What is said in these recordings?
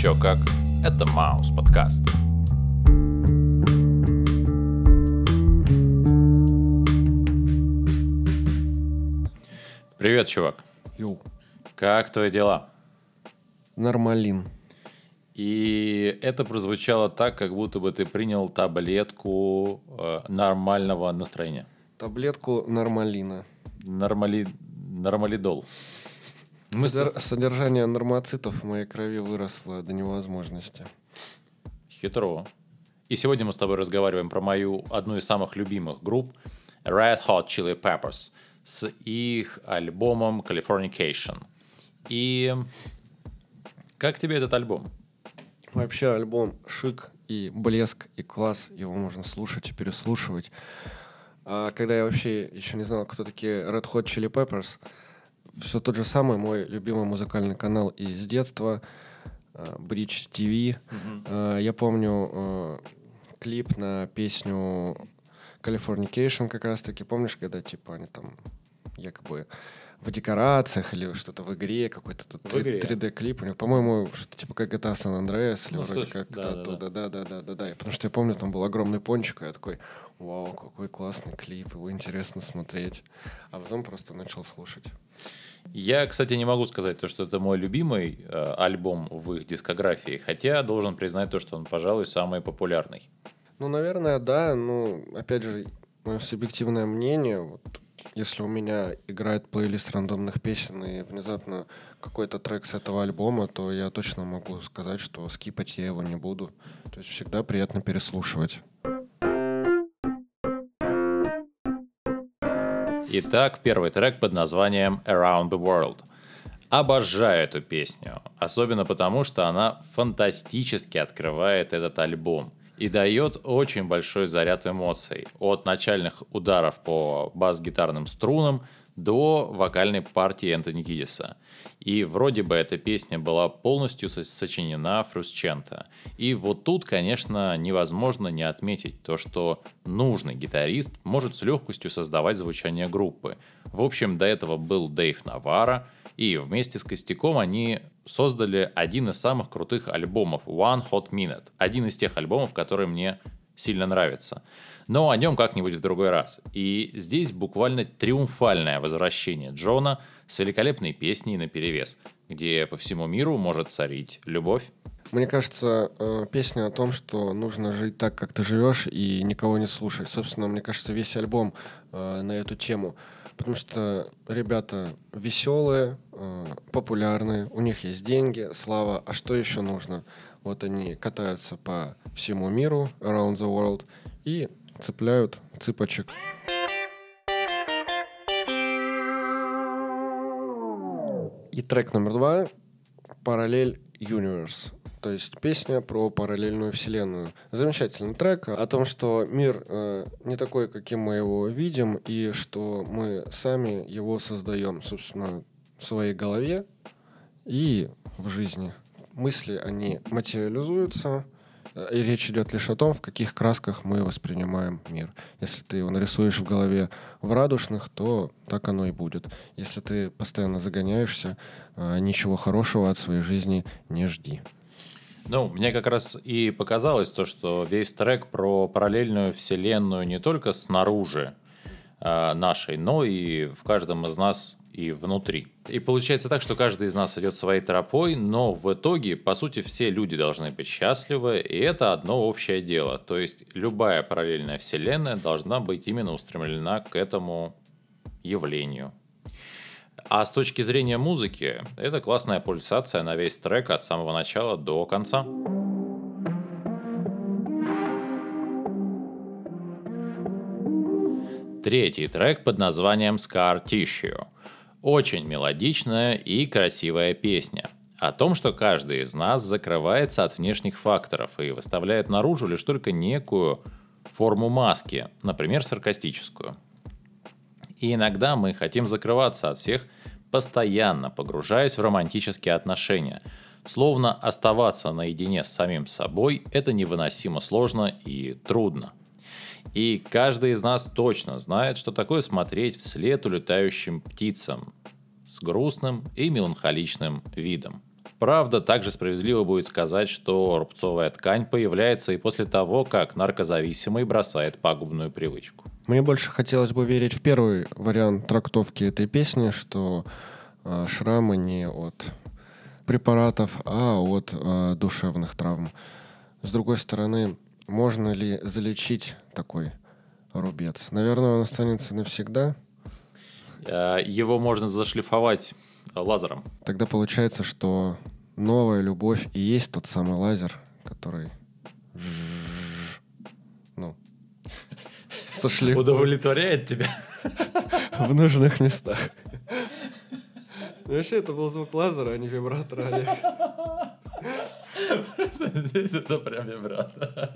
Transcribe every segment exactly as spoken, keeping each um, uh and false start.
Чё как? Это Маус подкаст. Привет, чувак. Йоу. Как твои дела? Нормалин. И это прозвучало так, как будто бы ты принял таблетку э, нормального настроения. Таблетку нормалина. Нормали... Нормалидол. Мы с- Содер- Содержание нормоцитов в моей крови выросло до невозможности. Хитро. И сегодня мы с тобой разговариваем про мою одну из самых любимых групп Red Hot Chili Peppers с их альбомом Californication. И как тебе этот альбом? Вообще альбом шик и блеск, и класс. Его можно слушать и переслушивать. А когда я вообще еще не знал, кто такие Red Hot Chili Peppers, все тот же самый мой любимый музыкальный канал из детства, Bridge ти ви. Mm-hmm. Я помню э, клип на песню Californication как раз-таки. Помнишь, когда типа они там якобы в декорациях или что-то в игре, какой-то тут три дэ-клип у него. По-моему, что-то типа как джи ти эй San Andreas, или ну, вроде как да, оттуда. Да-да-да. Потому что я помню, там был огромный пончик, и я такой, вау, какой классный клип, его интересно смотреть. А потом просто начал слушать. Я, кстати, не могу сказать, то, что это мой любимый э, альбом в их дискографии, хотя должен признать то, что он, пожалуй, самый популярный. Ну, наверное, да. Ну, опять же, мое субъективное мнение, вот, если у меня играет плейлист рандомных песен и внезапно какой-то трек с этого альбома, то я точно могу сказать, что скипать я его не буду. То есть всегда приятно переслушивать. Итак, первый трек под названием Around the World. Обожаю эту песню, особенно потому, что она фантастически открывает этот альбом и дает очень большой заряд эмоций, от начальных ударов по бас-гитарным струнам до вокальной партии Энтони Кидиса. И вроде бы эта песня была полностью сочинена Фрусченто. И вот тут, конечно, невозможно не отметить то, что нужный гитарист может с легкостью создавать звучание группы. В общем, до этого был Дэйв Наварро, и вместе с Костяком они создали один из самых крутых альбомов One Hot Minute. Один из тех альбомов, который мне сильно нравится. Но о нем как-нибудь в другой раз. И здесь буквально триумфальное возвращение Джона с великолепной песней наперевес, где по всему миру может царить любовь. Мне кажется, песня о том, что нужно жить так, как ты живешь, и никого не слушать. Собственно, мне кажется, весь альбом на эту тему. Потому что ребята веселые, популярные, у них есть деньги, слава. А что еще нужно? Вот они катаются по всему миру, around the world, и цепляют цыпочек. И трек номер два — «Параллель Universe». То есть песня про параллельную вселенную. Замечательный трек о том, что мир э, не такой, каким мы его видим, и что мы сами его создаем, собственно, в своей голове и в жизни. Мысли, они материализуются, и речь идет лишь о том, в каких красках мы воспринимаем мир. Если ты его нарисуешь в голове в радужных, то так оно и будет. Если ты постоянно загоняешься, ничего хорошего от своей жизни не жди. Ну, мне как раз и показалось то, что весь трек про параллельную вселенную не только снаружи э, нашей, но и в каждом из нас и внутри. И получается так, что каждый из нас идет своей тропой, но в итоге, по сути, все люди должны быть счастливы, и это одно общее дело. То есть любая параллельная вселенная должна быть именно устремлена к этому явлению. А с точки зрения музыки, это классная пульсация на весь трек от самого начала до конца. Третий трек под названием Scar Tissue. Очень мелодичная и красивая песня. О том, что каждый из нас закрывается от внешних факторов и выставляет наружу лишь только некую форму маски, например, саркастическую. И иногда мы хотим закрываться от всех, постоянно погружаясь в романтические отношения. Словно оставаться наедине с самим собой – это невыносимо сложно и трудно. И каждый из нас точно знает, что такое смотреть вслед улетающим птицам с грустным и меланхоличным видом. Правда, также справедливо будет сказать, что рубцовая ткань появляется и после того, как наркозависимый бросает пагубную привычку. Мне больше хотелось бы верить в первый вариант трактовки этой песни, что э, шрамы не от препаратов, а от э, душевных травм. С другой стороны, можно ли залечить такой рубец? Наверное, он останется навсегда. Э, Его можно зашлифовать лазером. Тогда получается, что новая любовь и есть тот самый лазер, который... Ну, сошли Удовлетворяет тебя? в нужных местах. Вообще, это был звук лазера, а не вибратора, Олег. Это прям вибратор.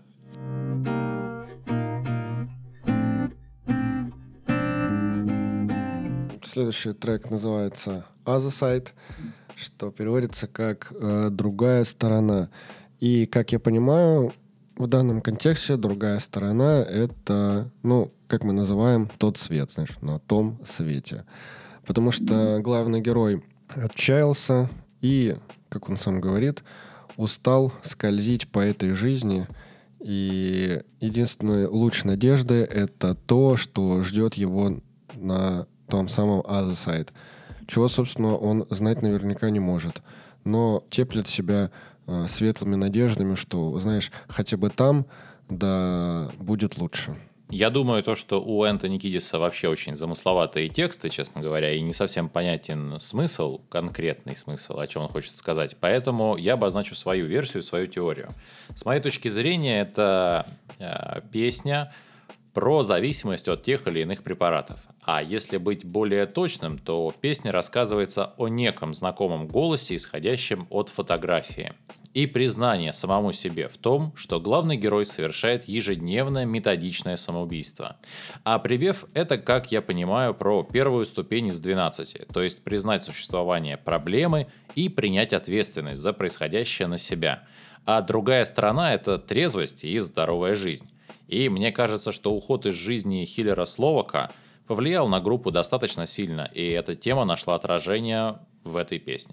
Следующий трек называется «Other Side», что переводится как э, «другая сторона». И, как я понимаю, в данном контексте другая сторона — это, ну, как мы называем, тот свет, знаешь, на том свете. Потому что главный герой отчаялся и, как он сам говорит, устал скользить по этой жизни. И единственный луч надежды — это то, что ждет его на том самом other side, чего, собственно, он знать наверняка не может. Но теплит себя э, светлыми надеждами, что, знаешь, хотя бы там, да, будет лучше. Я думаю, то, что у Энтони Кидиса вообще очень замысловатые тексты, честно говоря, и не совсем понятен смысл, конкретный смысл, о чем он хочет сказать. Поэтому я обозначу свою версию, свою теорию. С моей точки зрения, это э, песня про зависимость от тех или иных препаратов. А если быть более точным, то в песне рассказывается о неком знакомом голосе, исходящем от фотографии. И признание самому себе в том, что главный герой совершает ежедневное методичное самоубийство. А припев – это, как я понимаю, про первую ступень из двенадцати, то есть признать существование проблемы и принять ответственность за происходящее на себя. А другая сторона – это трезвость и здоровая жизнь. И мне кажется, что уход из жизни Хиллера Словака повлиял на группу достаточно сильно, и эта тема нашла отражение в этой песне.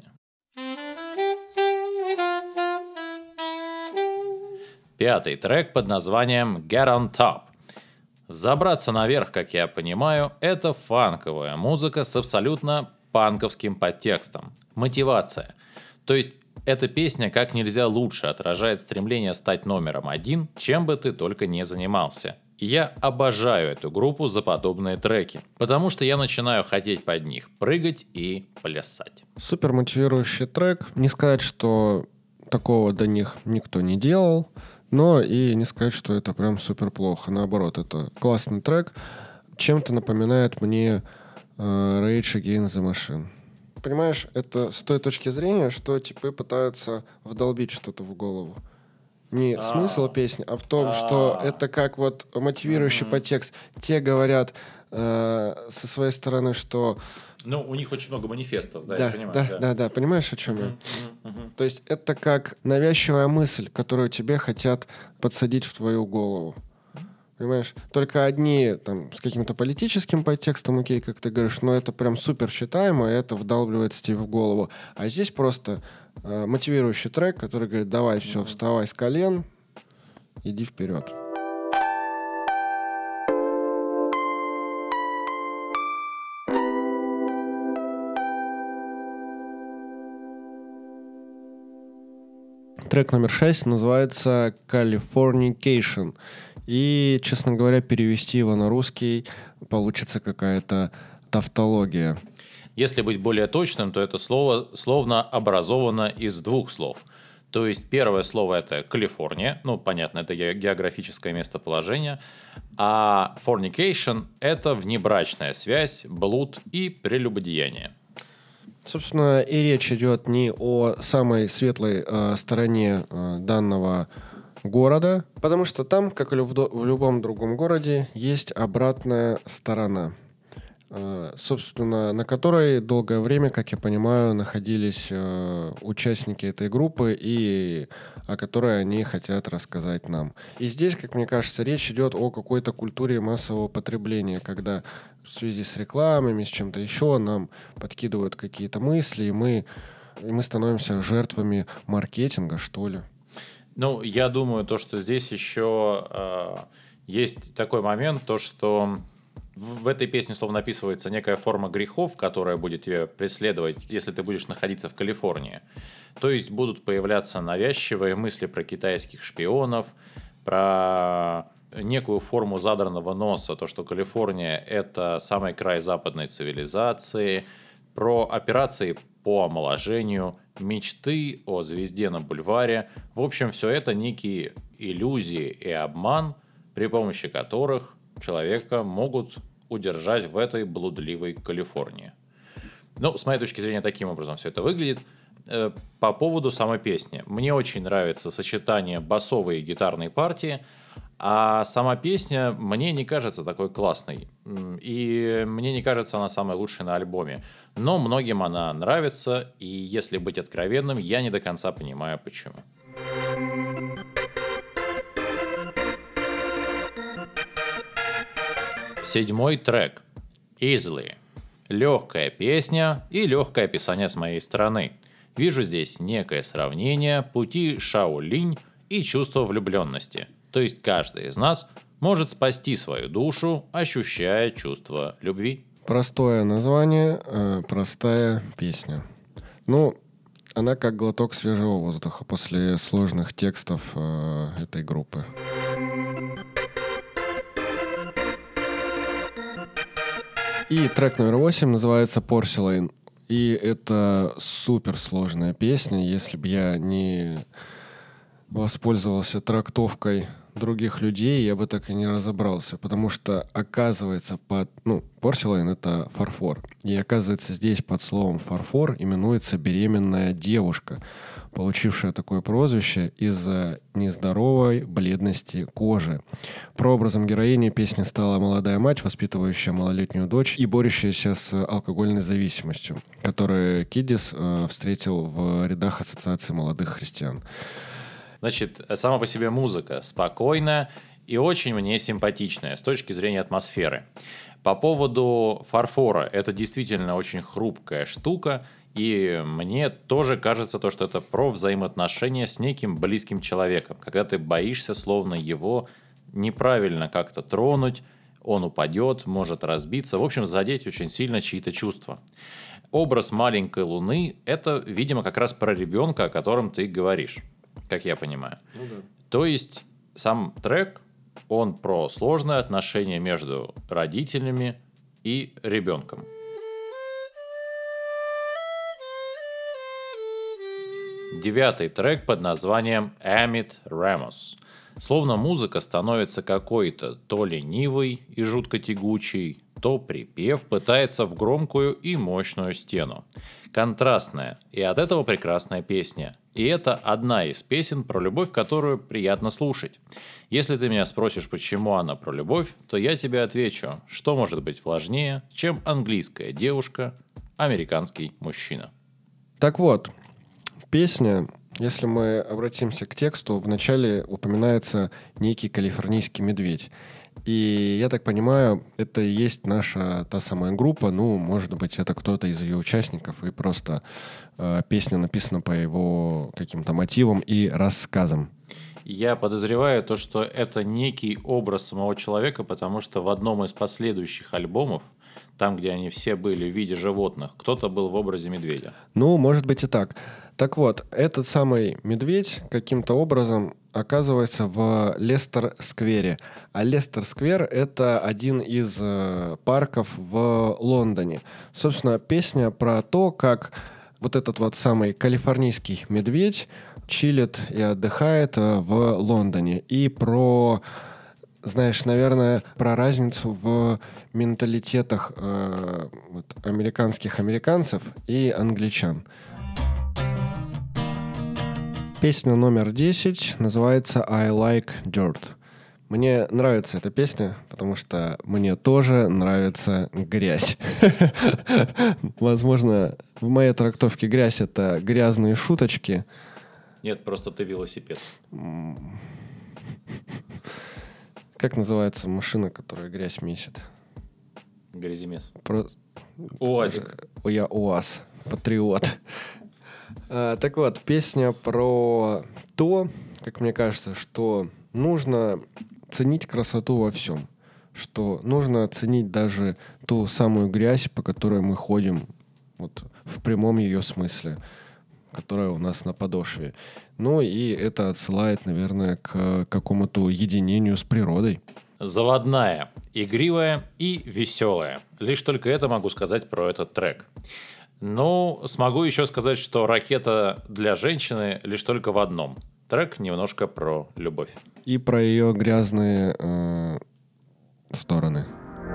Пятый трек под названием «Get on Top». «Забраться наверх», как я понимаю, это фанковая музыка с абсолютно панковским подтекстом. Мотивация. То есть эта песня как нельзя лучше отражает стремление стать номером один, чем бы ты только не занимался. И я обожаю эту группу за подобные треки, потому что я начинаю хотеть под них прыгать и плясать. Супер мотивирующий трек. Не сказать, что такого до них никто не делал, но и не сказать, что это прям супер плохо. Наоборот, это классный трек. Чем-то напоминает мне э, Rage Against the Machine. Понимаешь, это с той точки зрения, что типы пытаются вдолбить что-то в голову. Не смысл песни, а в том, что это как вот мотивирующий подтекст. Те говорят э, со своей стороны, что... Ну, у них очень много манифестов, да, Да, я понимаю. да, Да, да, да, понимаешь, о чем я? То есть это как навязчивая мысль, которую тебе хотят подсадить в твою голову. Понимаешь? Только одни там с каким-то политическим подтекстом, окей, как ты говоришь, но это прям супер читаемо, и это вдалбливается тебе в голову. А здесь просто э, мотивирующий трек, который говорит: давай, все, mm-hmm. вставай с колен, иди вперед. Трек номер шесть называется «Californication». И, честно говоря, перевести его на русский получится какая-то тавтология. Если быть более точным, то это слово словно образовано из двух слов. То есть первое слово – это Калифорния, ну, понятно, это географическое местоположение, а fornication – это внебрачная связь, блуд и прелюбодеяние. Собственно, и речь идет не о самой светлой э, стороне э, данного города, потому что там, как и в любом другом городе, есть обратная сторона, э, собственно, на которой долгое время, как я понимаю, находились э, участники этой группы и о которой они хотят рассказать нам. И здесь, как мне кажется, речь идет о какой-то культуре массового потребления, когда в связи с рекламами, с чем-то еще нам подкидывают какие-то мысли, и мы и мы становимся жертвами маркетинга, что ли. Ну, я думаю, то, что здесь еще э, есть такой момент, то, что в, в этой песне словно описывается некая форма грехов, которая будет тебя преследовать, если ты будешь находиться в Калифорнии. То есть будут появляться навязчивые мысли про китайских шпионов, про некую форму задранного носа, то, что Калифорния – это самый край западной цивилизации, про операции по омоложению, мечты о звезде на бульваре. В общем, все это некие иллюзии и обман, при помощи которых человека могут удержать в этой блудливой Калифорнии. Ну, с моей точки зрения, таким образом все это выглядит. По поводу самой песни. Мне очень нравится сочетание басовой и гитарной партии, а сама песня мне не кажется такой классной. И мне не кажется она самой лучшей на альбоме. Но многим она нравится, и если быть откровенным, я не до конца понимаю, почему. Седьмой трек. Easily. Легкая песня и легкое описание с моей стороны. Вижу здесь некое сравнение пути Шаолинь и чувство влюбленности. То есть каждый из нас может спасти свою душу, ощущая чувство любви. Простое название, э, простая песня. Ну, она как глоток свежего воздуха после сложных текстов э, этой группы. И трек номер восемь называется «Porcelain». И это суперсложная песня. Если бы я не воспользовался трактовкой других людей, я бы так и не разобрался. Потому что, оказывается, под... Ну, порселайн — это фарфор. И, оказывается, здесь под словом «фарфор» именуется беременная девушка, получившая такое прозвище из-за нездоровой бледности кожи. Прообразом героини песни стала молодая мать, воспитывающая малолетнюю дочь и борющаяся с алкогольной зависимостью, которую Киддис э, встретил в рядах Ассоциации молодых христиан. Значит, сама по себе музыка спокойная и очень мне симпатичная с точки зрения атмосферы. По поводу фарфора, это действительно очень хрупкая штука, и мне тоже кажется, то, что это про взаимоотношения с неким близким человеком, когда ты боишься словно его неправильно как-то тронуть, он упадет, может разбиться, в общем, задеть очень сильно чьи-то чувства. Образ маленькой луны – это, видимо, как раз про ребенка, о котором ты говоришь. Как я понимаю. Ну, да. То есть сам трек, он про сложные отношения между родителями и ребенком. Девятый трек под названием «Амит Рамос». Словно музыка становится какой-то то ленивой и жутко тягучей, то припев пытается в громкую и мощную стену. Контрастная и от этого прекрасная песня. И это одна из песен про любовь, которую приятно слушать. Если ты меня спросишь, почему она про любовь, то я тебе отвечу, что может быть важнее, чем английская девушка, американский мужчина. Так вот, песня, если мы обратимся к тексту, вначале упоминается некий калифорнийский медведь. И я так понимаю, это и есть наша та самая группа, ну, может быть, это кто-то из ее участников, и просто э, песня написана по его каким-то мотивам и рассказам. Я подозреваю то, что это некий образ самого человека, потому что в одном из последующих альбомов, там, где они все были в виде животных, кто-то был в образе медведя. Ну, может быть и так. Так вот, этот самый медведь каким-то образом оказывается в Лестер-сквере. А Лестер-сквер — это один из э, парков в Лондоне. Собственно, песня про то, как вот этот вот самый калифорнийский медведь чилит и отдыхает э, в Лондоне. И про, знаешь, наверное, про разницу в менталитетах э, вот, американских американцев и англичан. Песня номер десять называется «I like dirt». Мне нравится эта песня, потому что мне тоже нравится грязь. Возможно, в моей трактовке грязь — это грязные шуточки. Нет, просто ты велосипед. Как называется машина, которая грязь месит? Гряземес. Про... УАЗик. Я УАЗ. Патриот. А, так вот, песня про то, как мне кажется, что нужно ценить красоту во всем. Что нужно ценить даже ту самую грязь, по которой мы ходим, вот в прямом ее смысле, которая у нас на подошве. Ну и это отсылает, наверное, к какому-то единению с природой. Заводная, игривая и веселая. Лишь только это могу сказать про этот трек. Ну, смогу еще сказать, что «Ракета» для женщины лишь только в одном. Трек немножко про любовь. И про ее грязные э, стороны.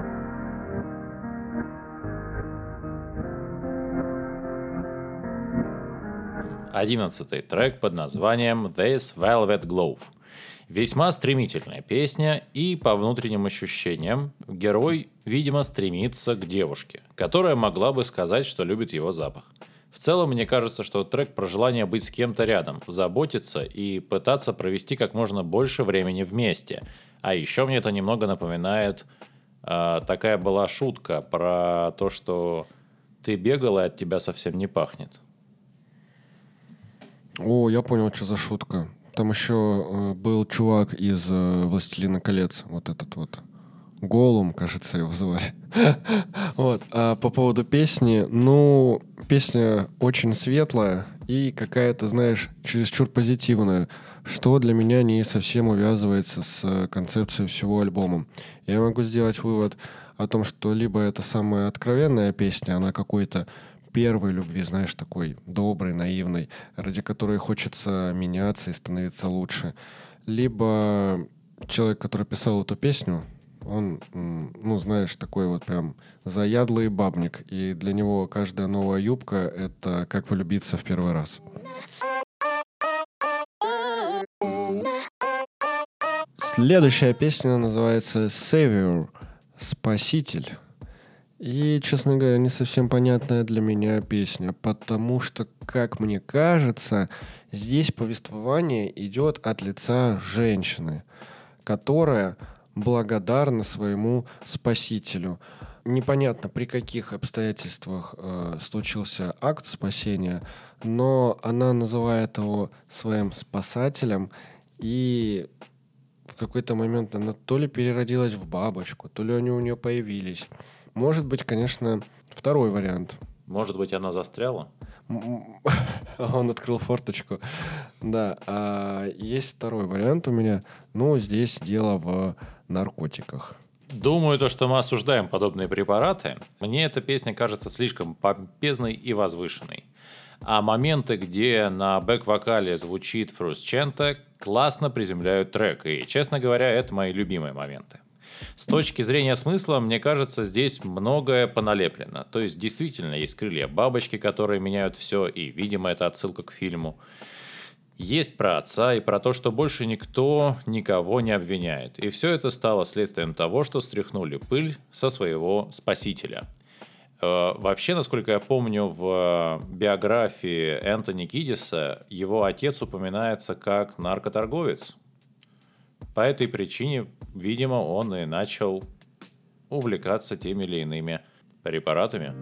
Одиннадцатый трек под названием «This Velvet Glove». Весьма стремительная песня, и по внутренним ощущениям герой, видимо, стремится к девушке, которая могла бы сказать, что любит его запах. В целом, мне кажется, что трек про желание быть с кем-то рядом, заботиться и пытаться провести как можно больше времени вместе. А еще мне это немного напоминает, э, такая была шутка про то, что ты бегал, и от тебя совсем не пахнет. О, я понял, что за шутка. Там еще э, был чувак из э, «Властелина колец», вот этот вот. Голум, кажется, его звали. Вот. А по поводу песни, ну, песня очень светлая и какая-то, знаешь, чересчур позитивная, что для меня не совсем увязывается с концепцией всего альбома. Я могу сделать вывод о том, что либо это самая откровенная песня, она какой-то первой любви, знаешь, такой доброй, наивной, ради которой хочется меняться и становиться лучше. Либо человек, который писал эту песню, он, ну, знаешь, такой вот прям заядлый бабник. И для него каждая новая юбка — это как влюбиться в первый раз. Следующая песня называется «Savior» — «Спаситель». И, честно говоря, не совсем понятная для меня песня, потому что, как мне кажется, здесь повествование идет от лица женщины, которая благодарна своему спасителю. Непонятно, при каких обстоятельствах э, случился акт спасения, но она называет его своим спасателем, и в какой-то момент она то ли переродилась в бабочку, то ли они у нее появились. Может быть, конечно, второй вариант. Может быть, она застряла? Он открыл форточку. Да, а есть второй вариант у меня. Ну, здесь дело в наркотиках. Думаю, то, что мы осуждаем подобные препараты, мне эта песня кажется слишком помпезной и возвышенной. А моменты, где на бэк-вокале звучит Frusciante, классно приземляют трек. И, честно говоря, это мои любимые моменты. С точки зрения смысла, мне кажется, здесь многое поналеплено. То есть, действительно, есть крылья бабочки, которые меняют все, и, видимо, это отсылка к фильму. Есть про отца и про то, что больше никто никого не обвиняет. И все это стало следствием того, что стряхнули пыль со своего спасителя. Э, вообще, насколько я помню, в биографии Энтони Кидиса его отец упоминается как наркоторговец. По этой причине, видимо, он и начал увлекаться теми или иными препаратами.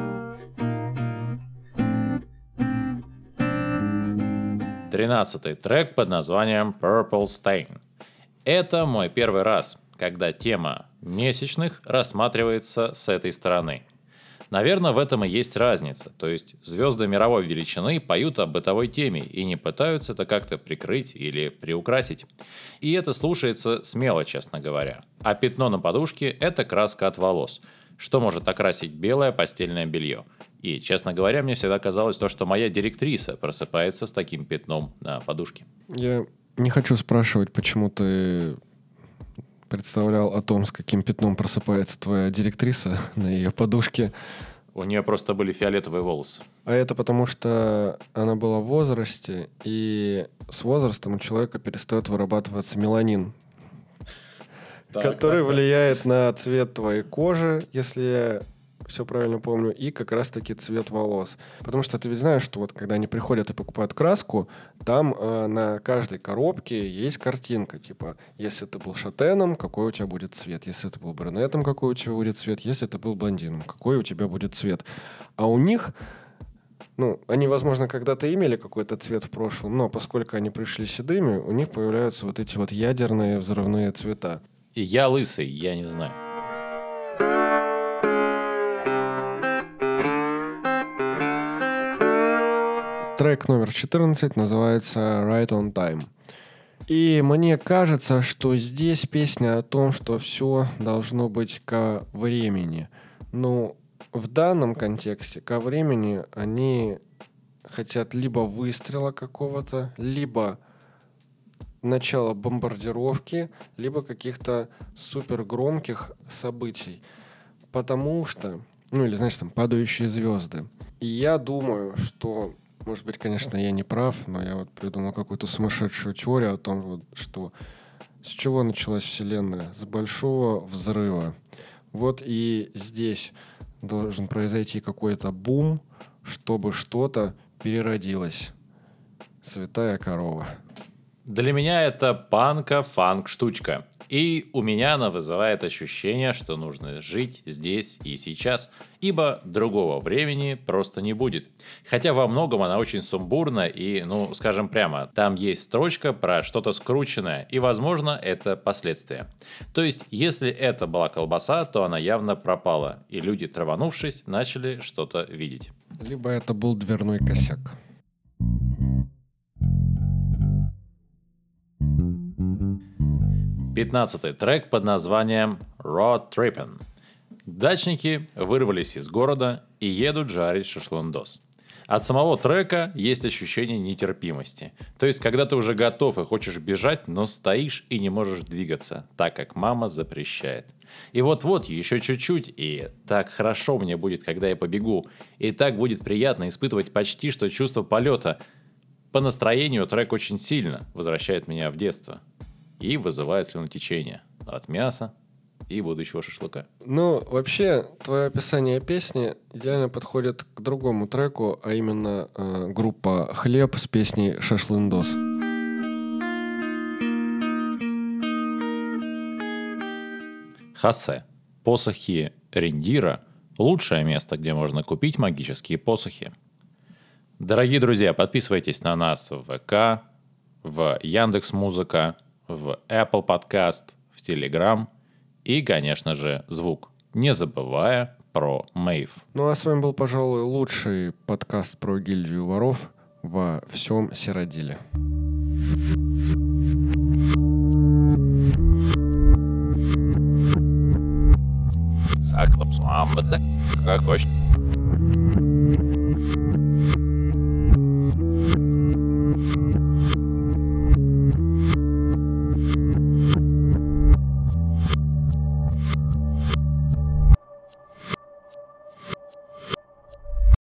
Тринадцатый трек под названием Purple Stain. Это мой первый раз, когда тема месячных рассматривается с этой стороны. Наверное, в этом и есть разница. То есть звезды мировой величины поют о бытовой теме и не пытаются это как-то прикрыть или приукрасить. И это слушается смело, честно говоря. А пятно на подушке – это краска от волос. Что может окрасить белое постельное белье? И, честно говоря, мне всегда казалось то, что моя директриса просыпается с таким пятном на подушке. Я не хочу спрашивать, почему ты представлял о том, с каким пятном просыпается твоя директриса на ее подушке. У нее просто были фиолетовые волосы. А это потому, что она была в возрасте, и с возрастом у человека перестает вырабатываться меланин, так, который так, влияет так. на цвет твоей кожи, если я все правильно помню, и как раз-таки цвет волос. Потому что ты ведь знаешь, что вот когда они приходят и покупают краску, там э, на каждой коробке есть картинка, типа, если ты был шатеном, какой у тебя будет цвет, если ты был брюнетом, какой у тебя будет цвет, если ты был блондином, какой у тебя будет цвет. А у них Ну, они, возможно, когда-то имели какой-то цвет в прошлом, но поскольку они пришли седыми, у них появляются вот эти вот ядерные взрывные цвета. И я лысый, я не знаю. Трек номер четырнадцать называется «Right on Time». И мне кажется, что здесь песня о том, что все должно быть ко времени. Ну, в данном контексте ко времени они хотят либо выстрела какого-то, либо начала бомбардировки, либо каких-то супергромких событий. Потому что, ну или, знаешь, там, падающие звезды. И я думаю, что, может быть, конечно, я не прав, но я вот придумал какую-то сумасшедшую теорию о том, вот, что с чего началась Вселенная? С большого взрыва. Вот и здесь должен произойти какой-то бум, чтобы что-то переродилось. Святая корова. Для меня это панка-фанк-штучка. И у меня она вызывает ощущение, что нужно жить здесь и сейчас, ибо другого времени просто не будет. Хотя во многом она очень сумбурна и, ну, скажем прямо, там есть строчка про что-то скрученное, и, возможно, это последствия. То есть, если это была колбаса, то она явно пропала, и люди, траванувшись, начали что-то видеть. Либо это был дверной косяк. пятнадцатый трек под названием Road Trippin'. Дачники вырвались из города и едут жарить шашлындос. От самого трека есть ощущение нетерпимости. То есть, когда ты уже готов и хочешь бежать, но стоишь и не можешь двигаться, так как мама запрещает. И вот-вот, еще чуть-чуть, и так хорошо мне будет, когда я побегу. И так будет приятно испытывать почти что чувство полета. По настроению трек очень сильно возвращает меня в детство. И вызывает слюнотечение от мяса и будущего шашлыка. Ну, вообще, твое описание песни идеально подходит к другому треку, а именно э, группа «Хлеб» с песней «Шашлындос». Хасе. Посохи Риндира – лучшее место, где можно купить магические посохи. Дорогие друзья, подписывайтесь на нас в ВК, в Яндекс.Музыка, в Apple Podcast, в Telegram и, конечно же, звук, не забывая про Мэйв. Ну а с вами был, пожалуй, лучший подкаст про гильдию воров во всем Сиродиле. Саклапсуамбата, как хочешь.